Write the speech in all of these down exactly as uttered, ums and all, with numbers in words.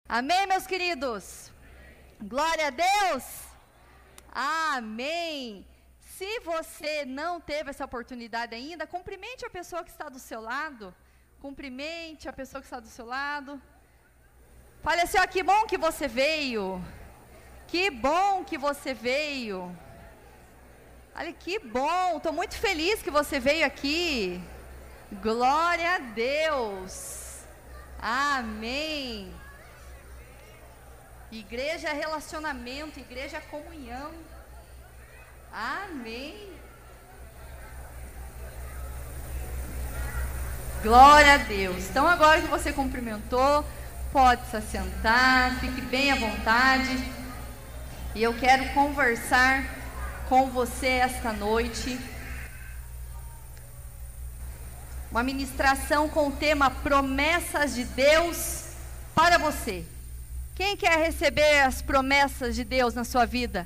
Amém, meus queridos? Glória a Deus! Amém! Se você não teve essa oportunidade ainda, cumprimente a pessoa que está do seu lado. Cumprimente a pessoa que está do seu lado. Fale assim, ó, que bom que você veio. Que bom que você veio. Olha, que bom, estou muito feliz que você veio aqui. Glória a Deus. Amém. Igreja é relacionamento, igreja é comunhão. Amém. Glória a Deus. Então agora que você cumprimentou, pode se assentar, fique bem à vontade. E eu quero conversar com você esta noite. Uma ministração com o tema Promessas de Deus para você. Quem quer receber as promessas de Deus na sua vida?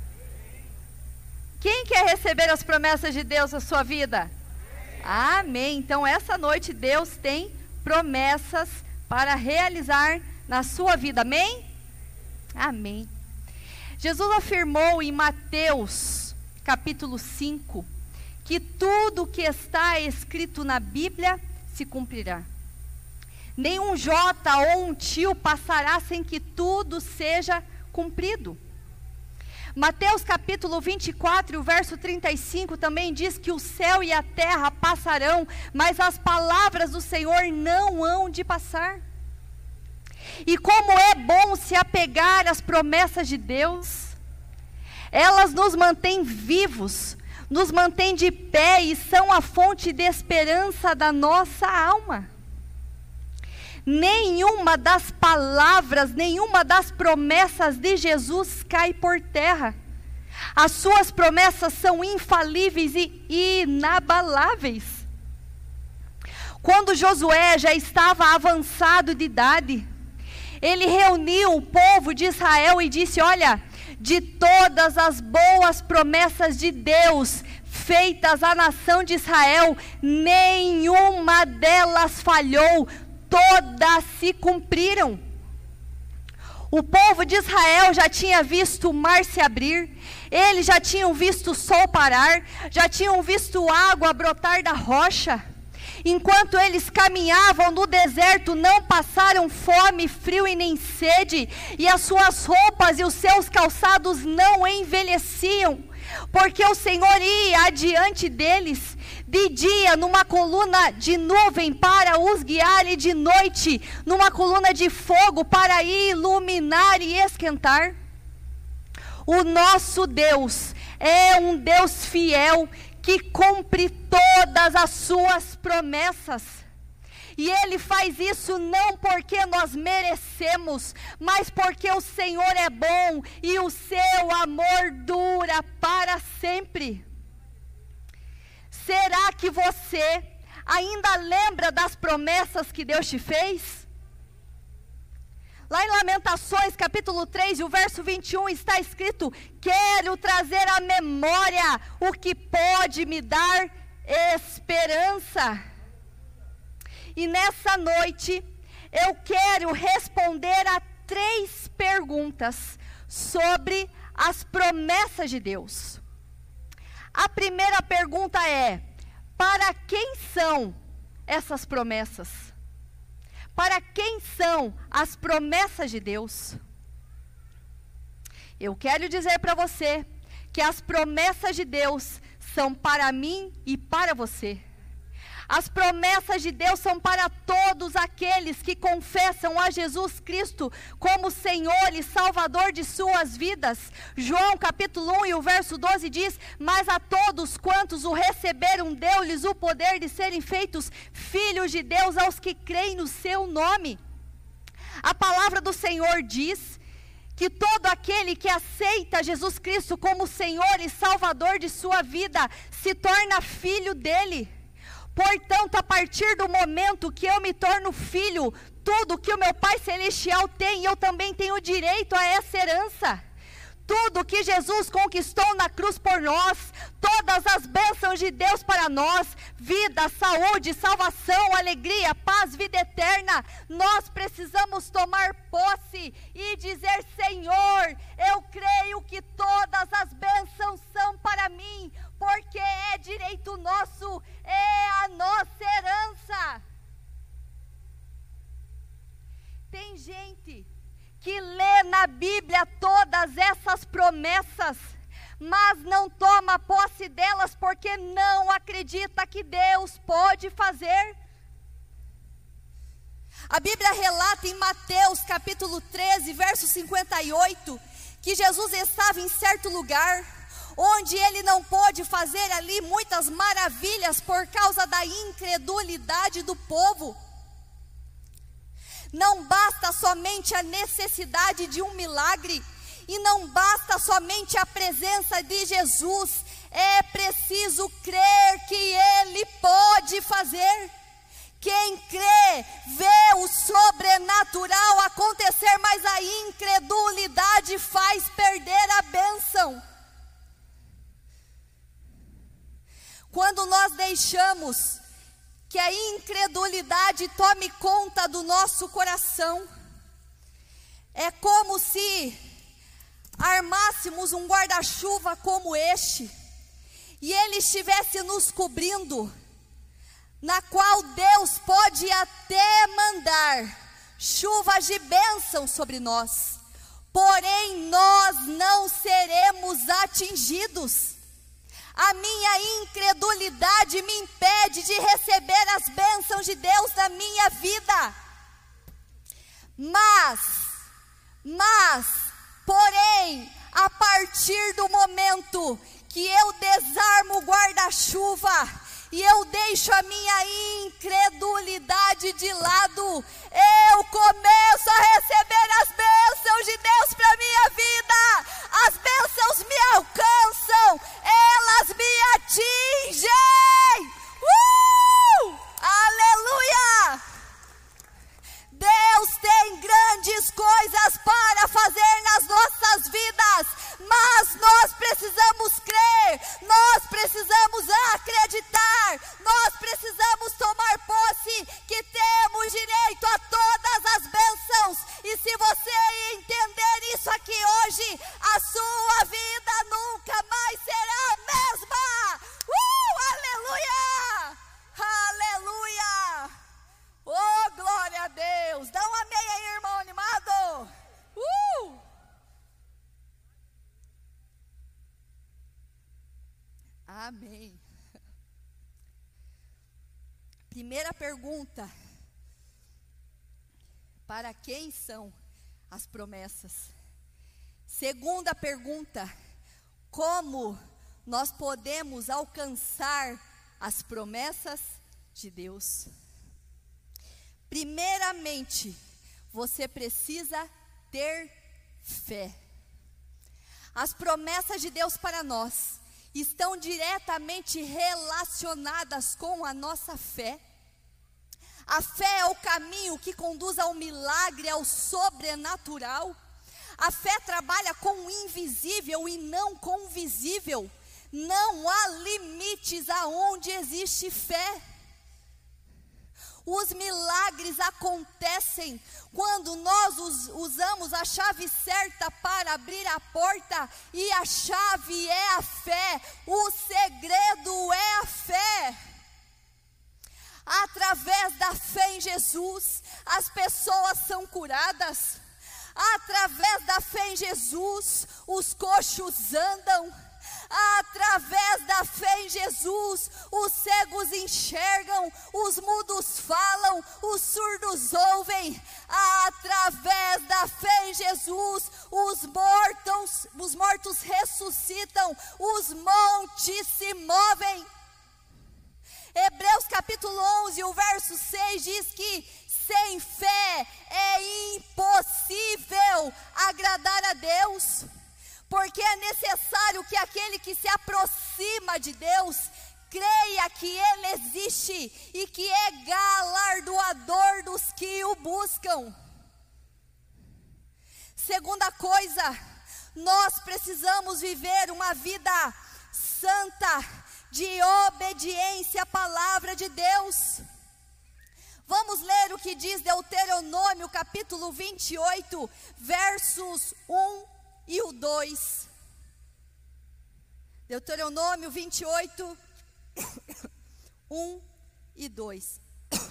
Quem quer receber as promessas de Deus na sua vida? Amém. Então essa noite Deus tem promessas para realizar na sua vida. Amém? Amém. Jesus afirmou em Mateus capítulo cinco que tudo que está escrito na Bíblia se cumprirá. Nenhum jota ou um tio passará sem que tudo seja cumprido. Mateus capítulo vinte e quatro, o verso trinta e cinco também diz que o céu e a terra passarão, mas as palavras do Senhor não hão de passar. E como é bom se apegar às promessas de Deus. Elas nos mantêm vivos, nos mantêm de pé e são a fonte de esperança da nossa alma. Nenhuma das palavras, nenhuma das promessas de Jesus cai por terra. As suas promessas são infalíveis e inabaláveis. Quando Josué já estava avançado de idade, ele reuniu o povo de Israel e disse: olha, de todas as boas promessas de Deus feitas à nação de Israel, nenhuma delas falhou. Todas se cumpriram. O povo de Israel já tinha visto o mar se abrir, eles já tinham visto o sol parar, já tinham visto água brotar da rocha. Enquanto eles caminhavam no deserto, não passaram fome, frio e nem sede, e as suas roupas e os seus calçados não envelheciam, porque o Senhor ia adiante deles, de dia numa coluna de nuvem para os guiar, e de noite numa coluna de fogo para iluminar e esquentar. O nosso Deus é um Deus fiel que cumpre todas as suas promessas. E Ele faz isso não porque nós merecemos, mas porque o Senhor é bom e o seu amor dura para sempre. Será que você ainda lembra das promessas que Deus te fez? Lá em Lamentações, capítulo três, o verso vinte e um, está escrito: quero trazer à memória o que pode me dar esperança. E nessa noite, eu quero responder a três perguntas sobre as promessas de Deus. A primeira pergunta é: para quem são essas promessas? Para quem são as promessas de Deus? Eu quero dizer para você que as promessas de Deus são para mim e para você. As promessas de Deus são para todos aqueles que confessam a Jesus Cristo como Senhor e Salvador de suas vidas. João capítulo um e o verso doze diz: mas a todos quantos o receberam, deu-lhes o poder de serem feitos filhos de Deus, aos que creem no seu nome. A palavra do Senhor diz que todo aquele que aceita Jesus Cristo como Senhor e Salvador de sua vida se torna filho dele. Portanto, a partir do momento que eu me torno filho, tudo que o meu Pai Celestial tem, eu também tenho direito a essa herança. Tudo que Jesus conquistou na cruz por nós, todas as bênçãos de Deus para nós, vida, saúde, salvação, alegria, paz, vida eterna, nós precisamos tomar posse dizer: Senhor, eu creio que todas as bênçãos são para mim, porque é direito nosso, é a nossa herança. Tem gente que lê na Bíblia todas essas promessas, mas não toma posse delas porque não acredita que Deus pode fazer. A Bíblia relata em Mateus capítulo treze, verso cinquenta e oito, que Jesus estava em certo lugar, onde ele não pôde fazer ali muitas maravilhas por causa da incredulidade do povo. Não basta somente a necessidade de um milagre, e não basta somente a presença de Jesus, é preciso crer que Ele pode fazer. Quem crê, vê o sobrenatural acontecer, mas a incredulidade faz perder a bênção. Quando nós deixamos que a incredulidade tome conta do nosso coração, é como se armássemos um guarda-chuva como este, e ele estivesse nos cobrindo, na qual Deus pode até mandar chuvas de bênção sobre nós, porém nós não seremos atingidos. A minha incredulidade me impede de receber as bênçãos de Deus na minha vida. Mas, mas, porém, a partir do momento que eu desarmo o guarda-chuva e eu deixo a minha incredulidade de lado, eu começo a receber as bênçãos de Deus para a minha vida. As bênçãos me alcançam, elas me atingem. Uh! Aleluia! Deus tem grandes coisas para fazer nas nossas vidas, mas nós precisamos crer, nós precisamos acreditar, nós precisamos tomar posse que temos direito a todas as bênçãos. E se você entender isso aqui hoje, a sua vida nunca mais será a mesma. Uh! Aleluia! Aleluia! Oh, glória a Deus! Dá um amém aí, irmão animado! Uh! Amém. Primeira pergunta: para quem são as promessas? Segunda pergunta: como nós podemos alcançar as promessas de Deus? Primeiramente, você precisa ter fé. As promessas de Deus para nós estão diretamente relacionadas com a nossa fé. A fé é o caminho que conduz ao milagre, ao sobrenatural. A fé trabalha com o invisível e não com o visível. Não há limites aonde existe fé. Os milagres acontecem quando nós us, usamos a chave certa para abrir a porta, e a chave é a fé, o segredo é a fé. Através da fé em Jesus, as pessoas são curadas. Através da fé em Jesus, os coxos andam. Através da fé em Jesus, os cegos enxergam, os mudos falam, os surdos ouvem. Através da fé em Jesus, os mortos, os mortos ressuscitam, os montes se movem. Hebreus capítulo onze, o verso seis diz que sem fé é impossível agradar a Deus. Porque é necessário que aquele que se aproxima de Deus creia que Ele existe e que é galardoador dos que o buscam. Segunda coisa, nós precisamos viver uma vida santa, de obediência à palavra de Deus. Vamos ler o que diz Deuteronômio capítulo vinte e oito, versos um e o dois. Deuteronômio vinte e oito, um e dois.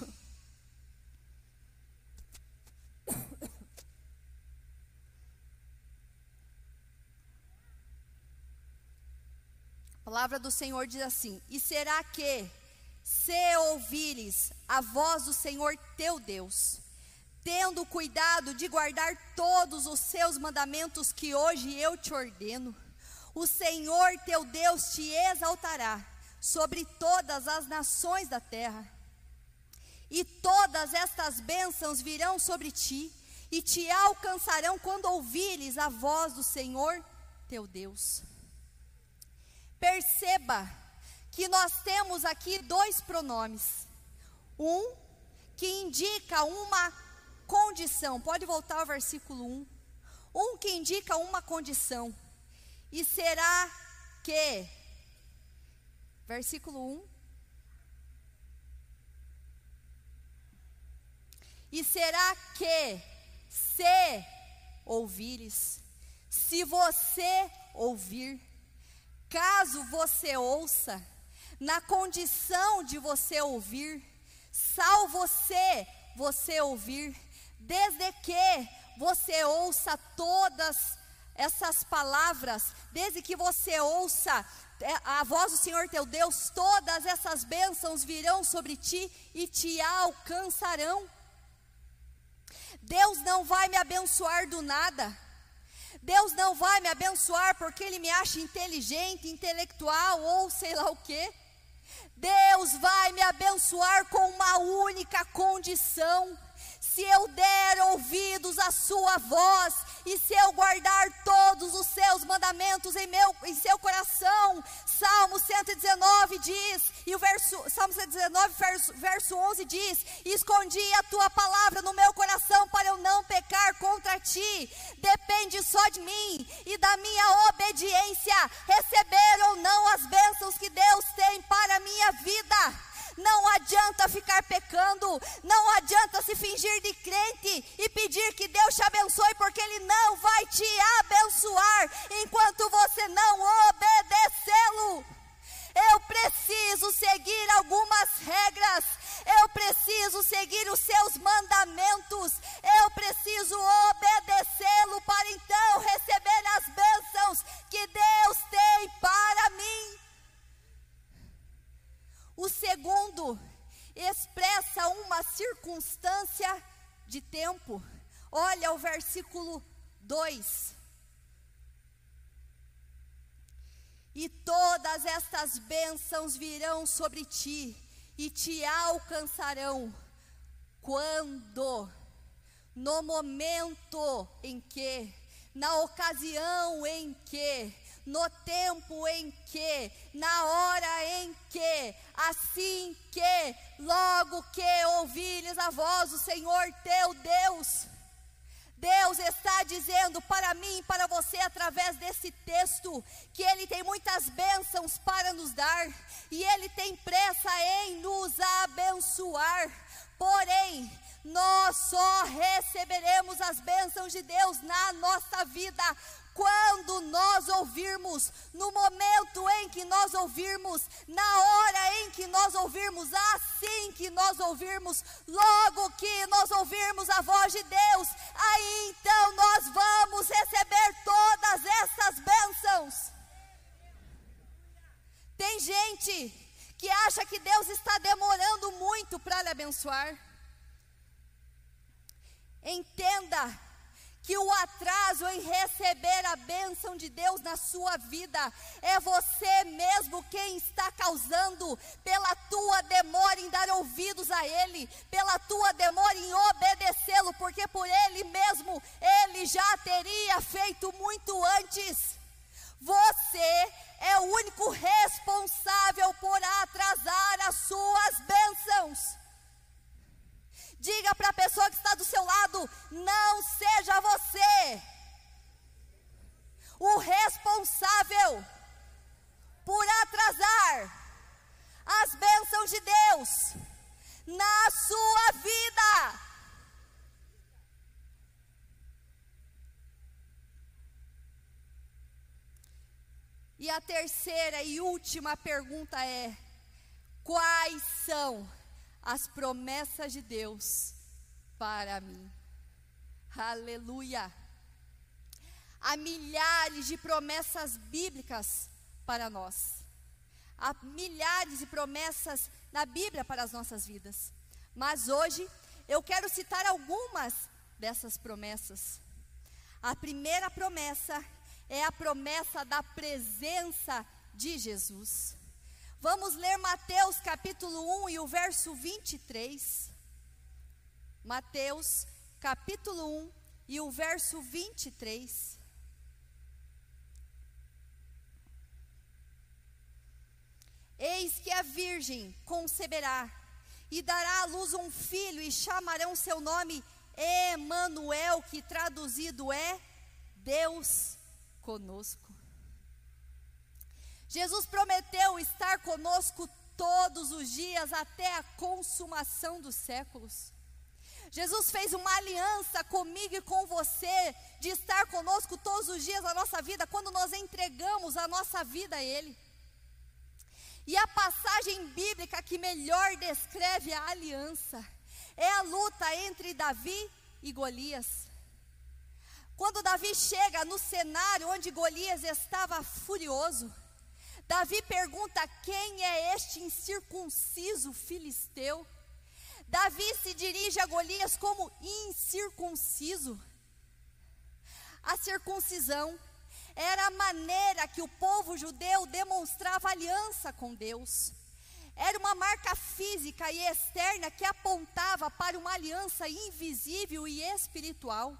A palavra do Senhor diz assim: e será que, se ouvires a voz do Senhor teu Deus, tendo cuidado de guardar todos os seus mandamentos que hoje eu te ordeno, o Senhor teu Deus te exaltará sobre todas as nações da terra, e todas estas bênçãos virão sobre ti, e te alcançarão quando ouvires a voz do Senhor teu Deus. Perceba que nós temos aqui dois pronomes. Um que indica uma condição. Pode voltar ao versículo um. Um que indica uma condição. E será que, versículo um. E será que, se ouvires, se você ouvir, caso você ouça, na condição de você ouvir, sal você, você ouvir, desde que você ouça todas essas palavras, desde que você ouça a voz do Senhor teu Deus, todas essas bênçãos virão sobre ti e te alcançarão. Deus não vai me abençoar do nada. Deus não vai me abençoar porque Ele me acha inteligente, intelectual ou sei lá o quê. Deus vai me abençoar com uma única condição: se eu der ouvidos à sua voz, e se eu guardar todos os seus mandamentos em, meu, em seu coração. Salmo cento e dezenove diz, e o verso, Salmo cento e dezenove, verso, verso onze diz: escondi a tua palavra no meu coração para eu não pecar contra ti. Depende só de mim e da minha obediência, receber ou não as bênçãos que Deus tem para a minha vida. Não adianta ficar pecando, não adianta se fingir de crente e pedir que Deus te abençoe, porque Ele não vai te abençoar enquanto você não obedecê-lo. Eu preciso seguir algumas regras, eu preciso seguir os seus mandamentos, eu preciso obedecê-lo para então receber as bênçãos que Deus tem para mim. O segundo expressa uma circunstância de tempo. Olha o versículo dois. E todas estas bênçãos virão sobre ti e te alcançarão quando, no momento em que, na ocasião em que, no tempo em que, na hora em que, assim que, logo que ouvires a voz do Senhor teu Deus. Deus está dizendo para mim e para você, através desse texto, que Ele tem muitas bênçãos para nos dar, e Ele tem pressa em nos abençoar. Porém, nós só receberemos as bênçãos de Deus na nossa vida quando nós ouvirmos, no momento em que nós ouvirmos, na hora em que nós ouvirmos, assim que nós ouvirmos, logo que nós ouvirmos a voz de Deus, aí então nós vamos receber todas essas bênçãos. Tem gente que acha que Deus está demorando muito para lhe abençoar. Entenda que o atraso em receber a bênção de Deus na sua vida é você mesmo quem está causando, pela tua demora em dar ouvidos a Ele, pela tua demora em obedecê-lo, porque por Ele mesmo, Ele já teria feito muito antes. Você é o único responsável por atrasar as suas bênçãos. Diga para a pessoa que está do seu lado: não seja você o responsável por atrasar as bênçãos de Deus na sua vida. E a terceira e última pergunta é: quais são as promessas de Deus para mim? Aleluia! Há milhares de promessas bíblicas para nós. Há milhares de promessas na Bíblia para as nossas vidas. Mas hoje eu quero citar algumas dessas promessas. A primeira promessa é a promessa da presença de Jesus. Vamos ler Mateus capítulo um e o verso vinte e três. Mateus capítulo um e o verso vinte e três. Eis que a virgem conceberá e dará à luz um filho, e chamarão seu nome Emanuel, que traduzido é Deus conosco. Jesus prometeu estar conosco todos os dias até a consumação dos séculos. Jesus fez uma aliança comigo e com você, de estar conosco todos os dias da nossa vida, quando nós entregamos a nossa vida a Ele. E a passagem bíblica que melhor descreve a aliança é a luta entre Davi e Golias. Quando Davi chega no cenário onde Golias estava furioso, Davi pergunta: quem é este incircunciso filisteu? Davi se dirige a Golias como incircunciso. A circuncisão era a maneira que o povo judeu demonstrava aliança com Deus. Era uma marca física e externa que apontava para uma aliança invisível e espiritual.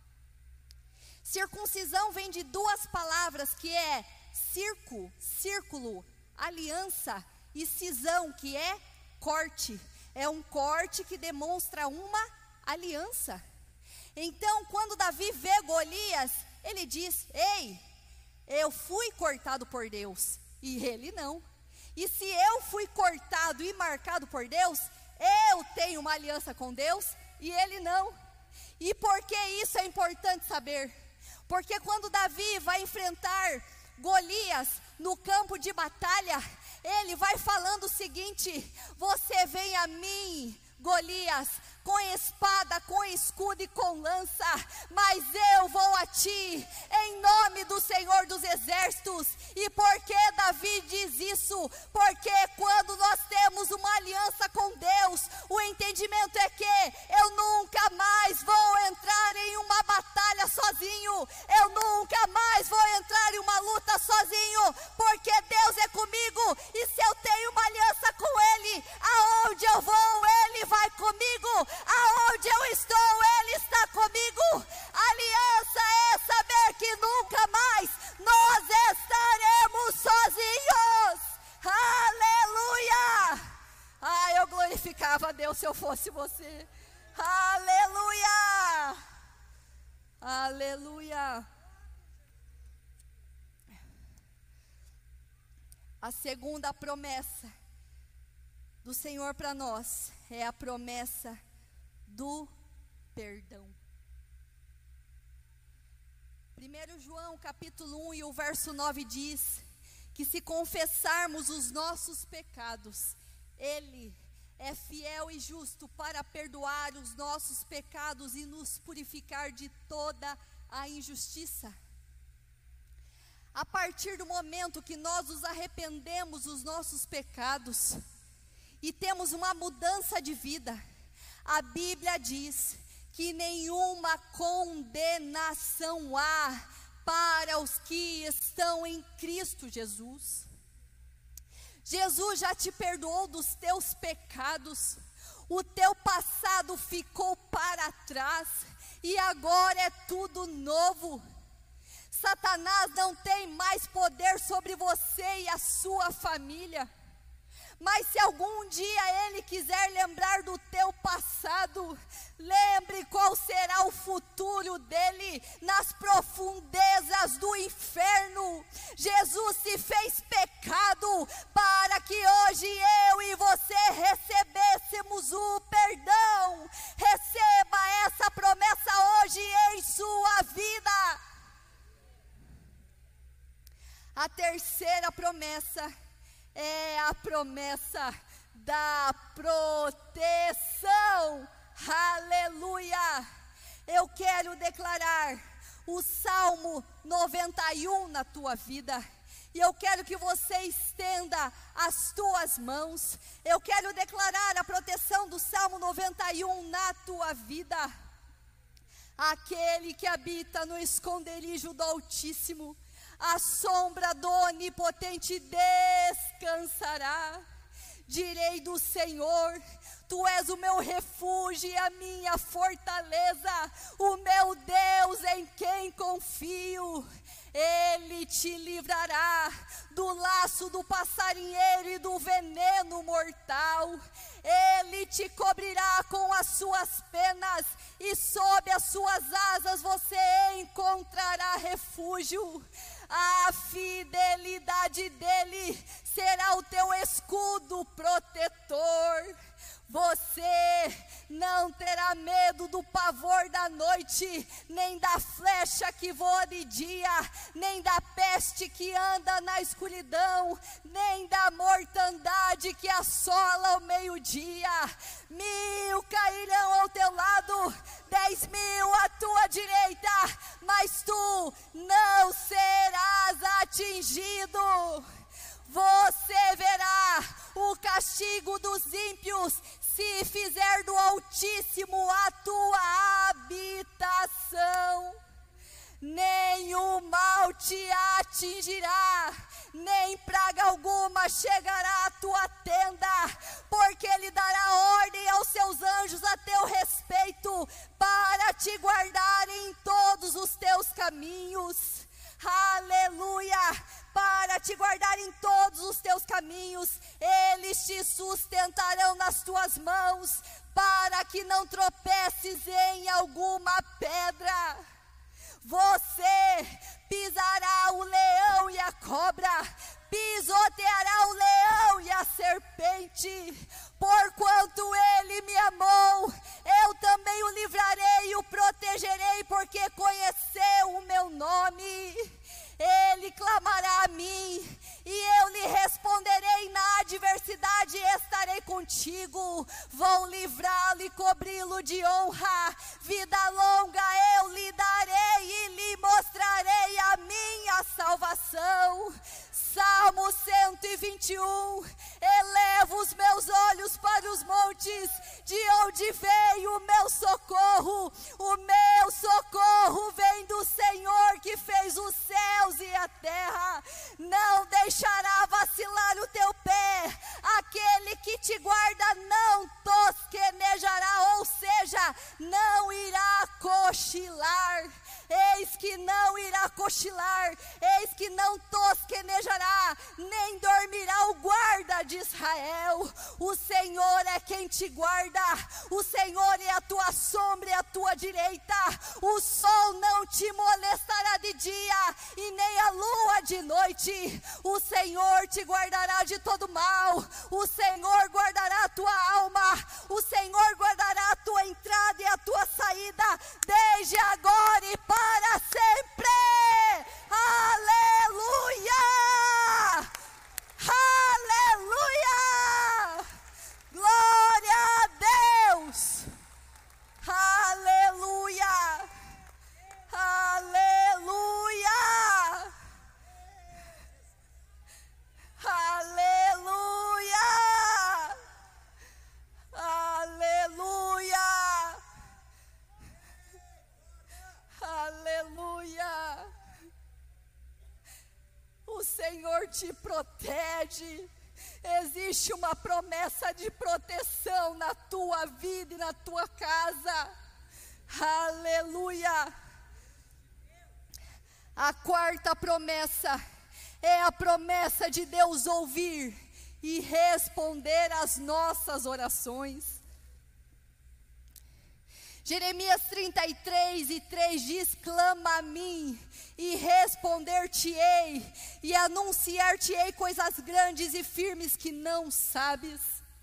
Circuncisão vem de duas palavras, que é circo, círculo, aliança, e cisão, que é corte. É um corte que demonstra uma aliança. Então, quando Davi vê Golias, ele diz: ei, eu fui cortado por Deus, e ele não. E se eu fui cortado e marcado por Deus, eu tenho uma aliança com Deus, e ele não. E por que isso é importante saber? Porque quando Davi vai enfrentar Golias no campo de batalha, ele vai falando o seguinte: você vem a mim, Golias, com espada, com escudo e com lança, mas eu vou a ti, em nome do Senhor dos Exércitos. E por que Davi diz isso? Porque quando nós temos uma aliança com Deus, o entendimento é que eu nunca mais vou entrar em uma batalha sozinho, eu nunca mais vou entrar em uma luta sozinho, porque Deus é comigo, e se eu tenho uma aliança com Ele, aonde eu vou, Ele vai comigo. Aonde eu estou, Ele está comigo. Aliança é saber que nunca mais nós estaremos sozinhos. Aleluia! Ah, eu glorificava a Deus se eu fosse você. Aleluia! Aleluia! A segunda promessa do Senhor para nós é a promessa do perdão. primeiro João capítulo um e o verso nove diz que se confessarmos os nossos pecados, Ele é fiel e justo para perdoar os nossos pecados e nos purificar de toda a injustiça. A partir do momento que nós nos arrependemos dos nossos pecados e temos uma mudança de vida, a Bíblia diz que nenhuma condenação há para os que estão em Cristo Jesus. Jesus já te perdoou dos teus pecados, o teu passado ficou para trás e agora é tudo novo. Satanás não tem mais poder sobre você e a sua família. Mas se algum dia ele quiser lembrar do teu passado, lembre qual será o futuro dele nas profundezas do inferno. Jesus se fez pecado para que hoje eu e você recebêssemos o perdão. Receba essa promessa hoje em sua vida. A terceira promessa é a promessa da proteção. Aleluia! Eu quero declarar o Salmo noventa e um na tua vida. E eu quero que você estenda as tuas mãos. Eu quero declarar a proteção do Salmo noventa e um na tua vida. Aquele que habita no esconderijo do Altíssimo, a sombra do Onipotente descansará. Direi do Senhor: Tu és o meu refúgio e a minha fortaleza, o meu Deus em quem confio. Ele te livrará do laço do passarinheiro e do veneno mortal. Ele te cobrirá com as suas penas e sob as suas asas você encontrará refúgio. A fidelidade dele será o teu escudo protetor. Você não terá medo do pavor da noite, nem da flecha que voa de dia, nem da peste que anda na escuridão, nem da mortandade que assola ao meio-dia. Mil cairão ao teu lado, dez mil à tua direita, mas tu não serás atingido. Você verá o castigo dos ímpios, se fizer do Altíssimo a tua habitação. Nenhum mal te atingirá, nem praga alguma chegará à tua tenda, porque Ele dará ordem aos seus anjos a teu respeito, para te guardar em todos os teus caminhos. Aleluia! Para te guardar em todos os teus caminhos, eles te sustentarão nas tuas mãos, para que não tropeces em alguma pedra. Você pisará o leão e a cobra, pisoteará o leão e a serpente. Porquanto ele me amou, eu também o livrarei e o protegerei, porque conheceu o meu nome. Ele clamará a mim, e eu lhe responderei. Na adversidade estarei contigo. Vou livrá-lo e cobri-lo de honra. Vida longa eu lhe darei e lhe mostrarei a minha salvação. Salmo cento e vinte e um. Elevo os meus olhos para os montes, de onde veio o meu socorro. O meu socorro vem do Senhor, que fez os céus e a terra. Não deixará vacilar o teu pé. Aquele que te guarda não tosquenejará, ou seja, não irá cochilar. Eis que não irá cochilar, eis que não tosquenejará, nem dormirá o guarda de Israel. O Senhor é quem te guarda, o Senhor é a tua sombra e a tua direita. O sol não te molestará de dia, e nem a lua de noite. O Senhor te guardará de todo mal, o Senhor guardará a tua alma, o Senhor guardará a tua entrada e a tua saída, desde agora e para sempre. Aleluia! Aleluia! Glória a Deus! Aleluia! Aleluia! Aleluia! Aleluia! Aleluia! O Senhor te protege. Existe uma promessa de proteção na tua vida e na tua casa. Aleluia! A quarta promessa é a promessa de Deus ouvir e responder às nossas orações. Jeremias trinta e três e três diz: clama a mim e responder-te-ei, e anunciar-te-ei coisas grandes e firmes que não sabes.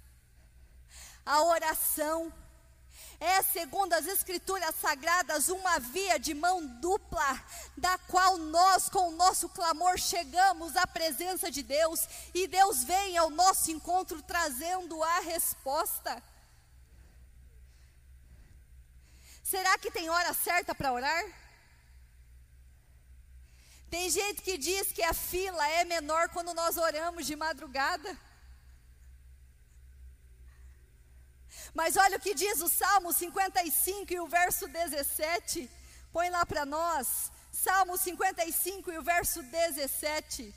A oração é, segundo as Escrituras Sagradas, uma via de mão dupla da da qual nós, com o nosso clamor, chegamos à presença de Deus, e Deus vem ao nosso encontro trazendo a resposta. Será que tem hora certa para orar? Tem gente que diz que a fila é menor quando nós oramos de madrugada. Mas olha o que diz o Salmo cinquenta e cinco e o verso dezessete. Põe lá para nós. Salmo cinquenta e cinco e o verso dezessete.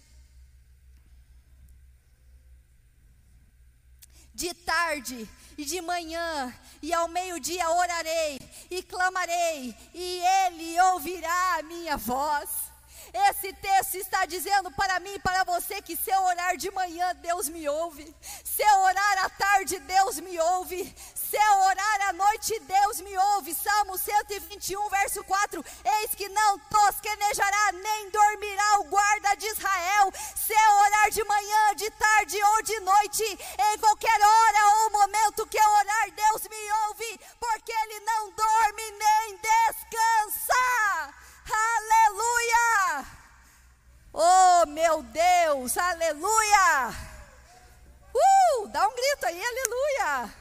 De tarde e de manhã e ao meio-dia orarei e clamarei, e Ele ouvirá a minha voz. Esse texto está dizendo para mim e para você que se eu orar de manhã, Deus me ouve. Se eu orar à tarde, Deus me ouve. Se eu orar à noite, Deus me ouve. Salmo cento e vinte e um, verso quatro. Eis que não tosquenejará, nem dormirá o guarda de Israel. Se eu orar de manhã, de tarde ou de noite, em qualquer hora ou momento que eu orar, Deus me ouve, porque Ele não dorme nem descansa. Aleluia! Oh, meu Deus, aleluia! Uh, dá um grito aí, aleluia!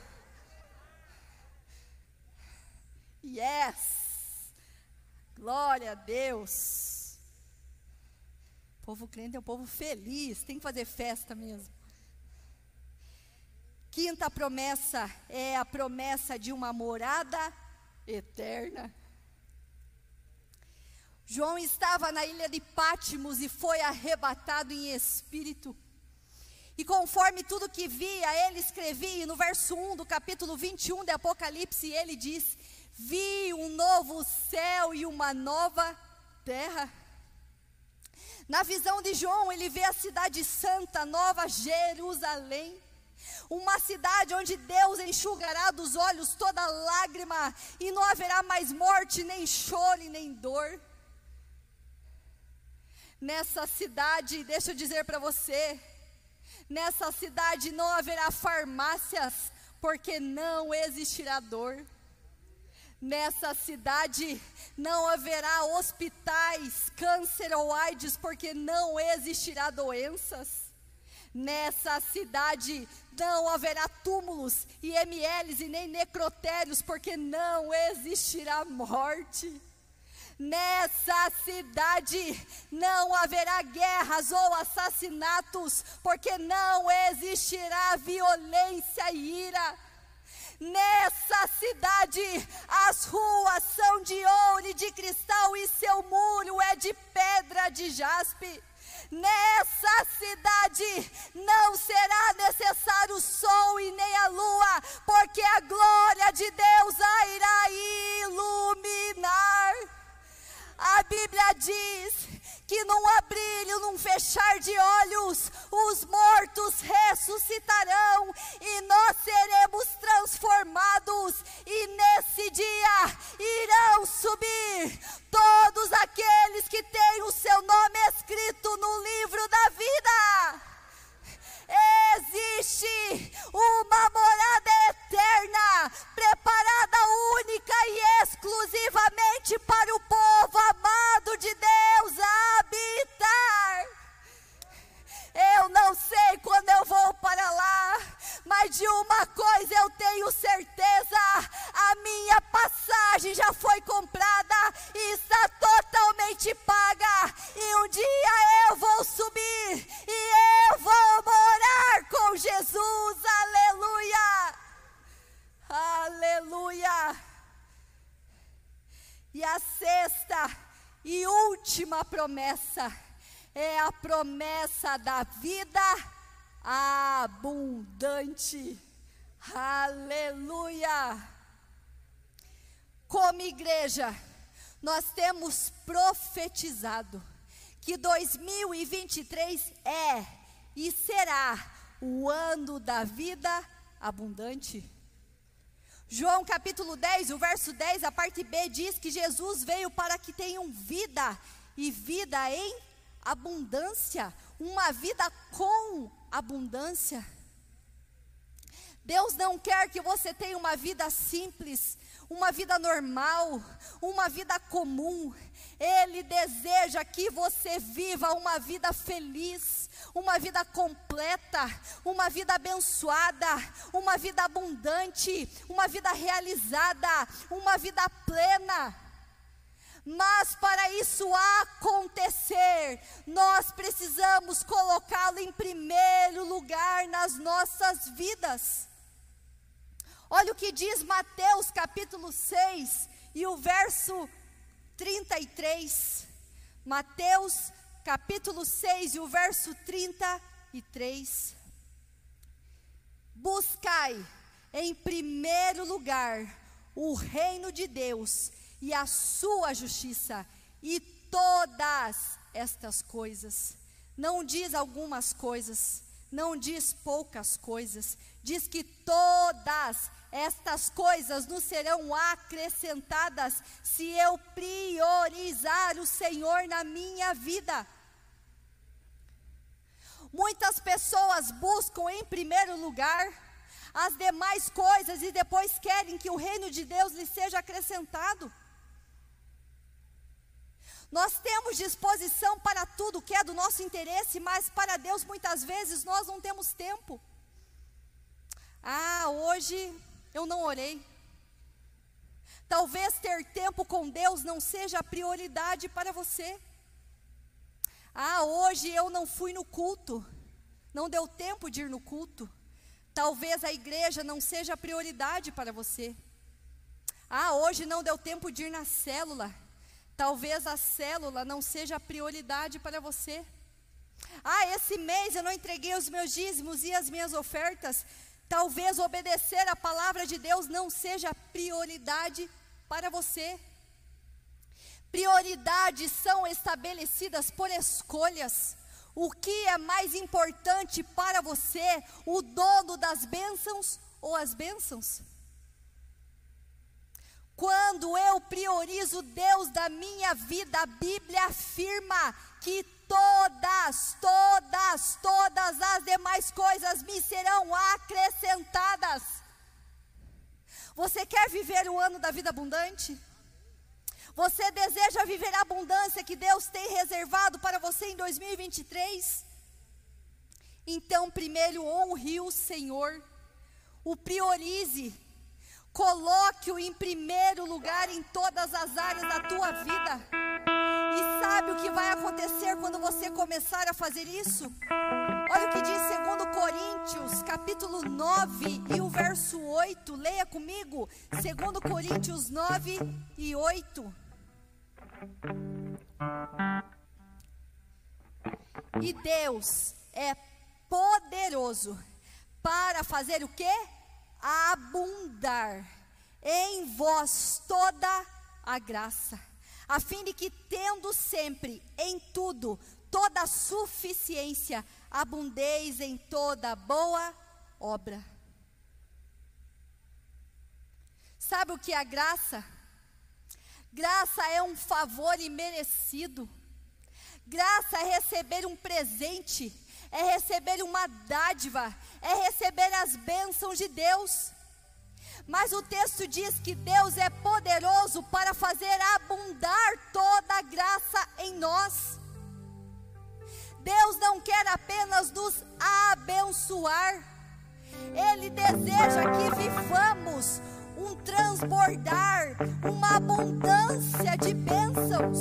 Yes! Glória a Deus! O povo crente é um povo feliz, tem que fazer festa mesmo. Quinta promessa é a promessa de uma morada eterna. João estava na ilha de Pátimos e foi arrebatado em espírito. E conforme tudo que via, ele escrevia, e no verso um do capítulo vinte e um de Apocalipse, ele diz: vi um novo céu e uma nova terra. Na visão de João, ele vê a cidade santa, Nova Jerusalém. Uma cidade onde Deus enxugará dos olhos toda lágrima, e não haverá mais morte, nem choro, nem dor. Nessa cidade, deixa eu dizer para você, nessa cidade não haverá farmácias, porque não existirá dor. Nessa cidade não haverá hospitais, câncer ou AIDS, porque não existirá doenças. Nessa cidade não haverá túmulos, I M Ls e nem necrotérios, porque não existirá morte. Nessa cidade não haverá guerras ou assassinatos, porque não existirá violência e ira. Nessa cidade as ruas são de ouro e de cristal, e seu muro é de pedra de jaspe. Nessa cidade não será necessário o sol e nem a lua, porque a glória de Deus a irá iluminar. A Bíblia diz que num abrir e num fechar de olhos, os mortos ressuscitarão e nós seremos transformados, e nesse dia irão subir todos aqueles que têm o seu nome escrito no livro da vida. Existe uma morada eterna, preparada única e exclusivamente para o povo amado de Deus habitar. Eu não sei quando eu vou para lá, mas de uma coisa eu tenho certeza: a minha passagem já foi comprada e está totalmente paga, e um dia eu vou subir e eu vou morar com Jesus. Aleluia, aleluia. E a sexta e última promessa é a promessa da vida abundante. Aleluia. Como igreja, nós temos profetizado que dois mil e vinte e três é e será o ano da vida abundante. João capítulo dez, o verso dez, a parte B, diz que Jesus veio para que tenham vida, e vida em abundância, uma vida com abundância. Deus não quer que você tenha uma vida simples, uma vida normal, uma vida comum. Ele deseja que você viva uma vida feliz, uma vida completa, uma vida abençoada, uma vida abundante, uma vida realizada, uma vida plena. Mas para isso acontecer, nós precisamos colocá-lo em primeiro lugar nas nossas vidas. Olha o que diz Mateus capítulo seis e o verso trinta e três. Mateus capítulo seis e o verso trinta e três. Buscai em primeiro lugar o reino de Deus e a sua justiça, e todas estas coisas. Não diz algumas coisas, não diz poucas coisas, diz que todas estas coisas nos serão acrescentadas se eu priorizar o Senhor na minha vida. Muitas pessoas buscam em primeiro lugar as demais coisas e depois querem que o reino de Deus lhes seja acrescentado. Nós temos disposição para tudo que é do nosso interesse, mas para Deus muitas vezes nós não temos tempo. Ah, hoje eu não orei. Talvez ter tempo com Deus não seja a prioridade para você. Ah, hoje eu não fui no culto, não deu tempo de ir no culto. Talvez a igreja não seja a prioridade para você. Ah, hoje não deu tempo de ir na célula. Talvez a célula não seja a prioridade para você. Ah, esse mês eu não entreguei os meus dízimos e as minhas ofertas. Talvez obedecer a palavra de Deus não seja a prioridade para você. Prioridades são estabelecidas por escolhas. O que é mais importante para você, o dono das bênçãos ou as bênçãos? Quando eu priorizo Deus da minha vida, a Bíblia afirma que todas, todas, todas as demais coisas me serão acrescentadas. Você quer viver o ano da vida abundante? Você deseja viver a abundância que Deus tem reservado para você em dois mil e vinte e três? Então, primeiro, honre o Senhor, o priorize, coloque-o em primeiro lugar em todas as áreas da tua vida. E sabe o que vai acontecer quando você começar a fazer isso? Olha o que diz segundo Coríntios, capítulo nove e o verso oito. Leia comigo, segundo Coríntios nove e oito. E Deus é poderoso para fazer o quê? Abundar em vós toda a graça, a fim de que, tendo sempre em tudo toda a suficiência, abundeis em toda boa obra. Sabe o que é a graça? Graça é um favor imerecido. Graça é receber um presente, é receber uma dádiva, é receber as bênçãos de Deus. Mas o texto diz que Deus é poderoso para fazer abundar toda a graça em nós. Deus não quer apenas nos abençoar, Ele deseja que vivamos um transbordar, uma abundância de bênçãos.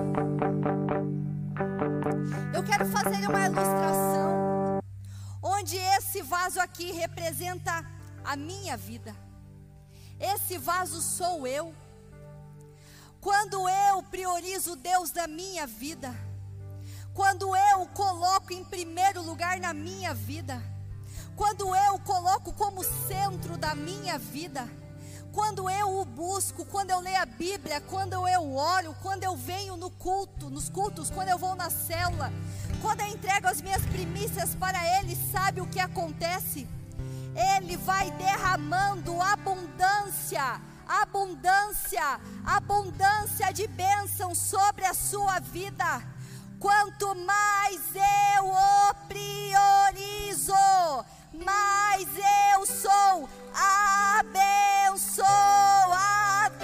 Eu quero fazer uma ilustração, onde esse vaso aqui representa a minha vida. Esse vaso sou eu. Quando eu priorizo Deus da minha vida, quando eu coloco em primeiro lugar na minha vida, quando eu coloco como centro da minha vida, quando eu o busco, quando eu leio a Bíblia, quando eu oro, quando eu venho no culto, nos cultos, quando eu vou na célula, quando eu entrego as minhas primícias para Ele, sabe o que acontece? Ele vai derramando abundância, abundância, abundância de bênção sobre a sua vida. Quanto mais eu o priorizo, mais eu sou abençoado.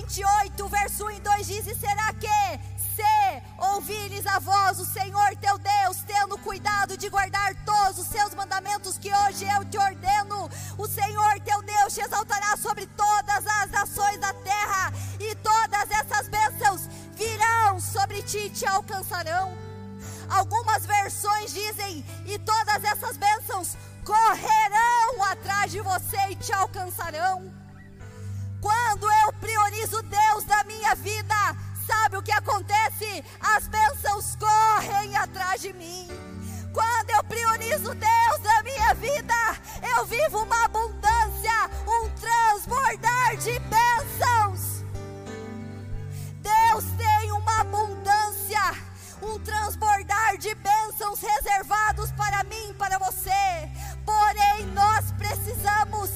vinte e oito, verso um e dois diz: e será que se ouvires a voz do Senhor teu Deus, tendo cuidado de guardar todos os seus mandamentos que hoje eu te ordeno, o Senhor teu Deus te exaltará sobre todas as nações da terra, e todas essas bênçãos virão sobre ti e te alcançarão. Algumas versões dizem: e todas essas bênçãos correrão atrás de você e te alcançarão. Quando eu priorizo Deus na minha vida, sabe o que acontece? As bênçãos correm atrás de mim. Quando eu priorizo Deus na minha vida, eu vivo uma abundância, um transbordar de bênçãos. Deus tem uma abundância, um transbordar de bênçãos reservados para mim e para você. Porém, nós precisamos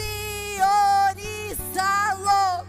priorizá-lo.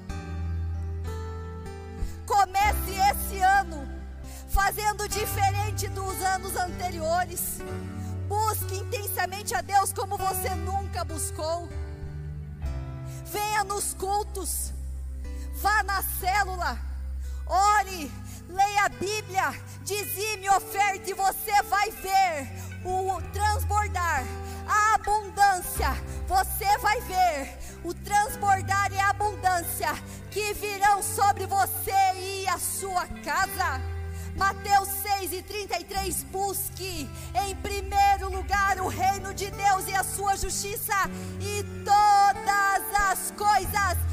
Comece esse ano fazendo diferente dos anos anteriores. Busque intensamente a Deus como você nunca buscou. Venha nos cultos, vá na célula, ore, leia a Bíblia, dizime, oferte, e você vai ver o transbordar, a abundância. Você vai ver o transbordar e a abundância que virão sobre você e a sua casa. Mateus seis e trinta e três: busque em primeiro lugar o reino de Deus e a sua justiça, e todas as coisas